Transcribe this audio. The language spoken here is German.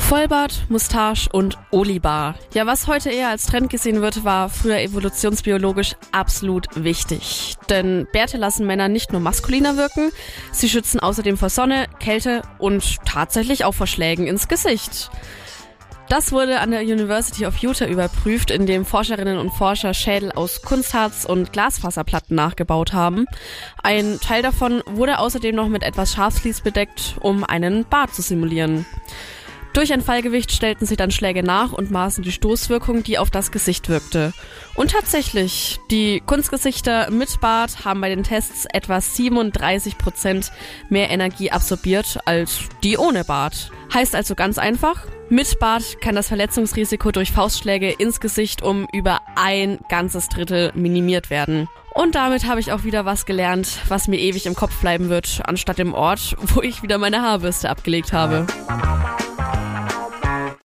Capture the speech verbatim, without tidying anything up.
Vollbart, Moustache und Olibar. Ja, was heute eher als Trend gesehen wird, war früher evolutionsbiologisch absolut wichtig. Denn Bärte lassen Männer nicht nur maskuliner wirken, sie schützen außerdem vor Sonne, Kälte und tatsächlich auch vor Schlägen ins Gesicht. Das wurde an der University of Utah überprüft, indem Forscherinnen und Forscher Schädel aus Kunstharz und Glasfaserplatten nachgebaut haben. Ein Teil davon wurde außerdem noch mit etwas Schafsvlies bedeckt, um einen Bart zu simulieren. Durch ein Fallgewicht stellten sie dann Schläge nach und maßen die Stoßwirkung, die auf das Gesicht wirkte. Und tatsächlich, die Kunstgesichter mit Bart haben bei den Tests etwa siebenunddreißig Prozent mehr Energie absorbiert als die ohne Bart. Heißt also ganz einfach, mit Bart kann das Verletzungsrisiko durch Faustschläge ins Gesicht um über ein ganzes Drittel minimiert werden. Und damit habe ich auch wieder was gelernt, was mir ewig im Kopf bleiben wird, anstatt dem Ort, wo ich wieder meine Haarbürste abgelegt habe.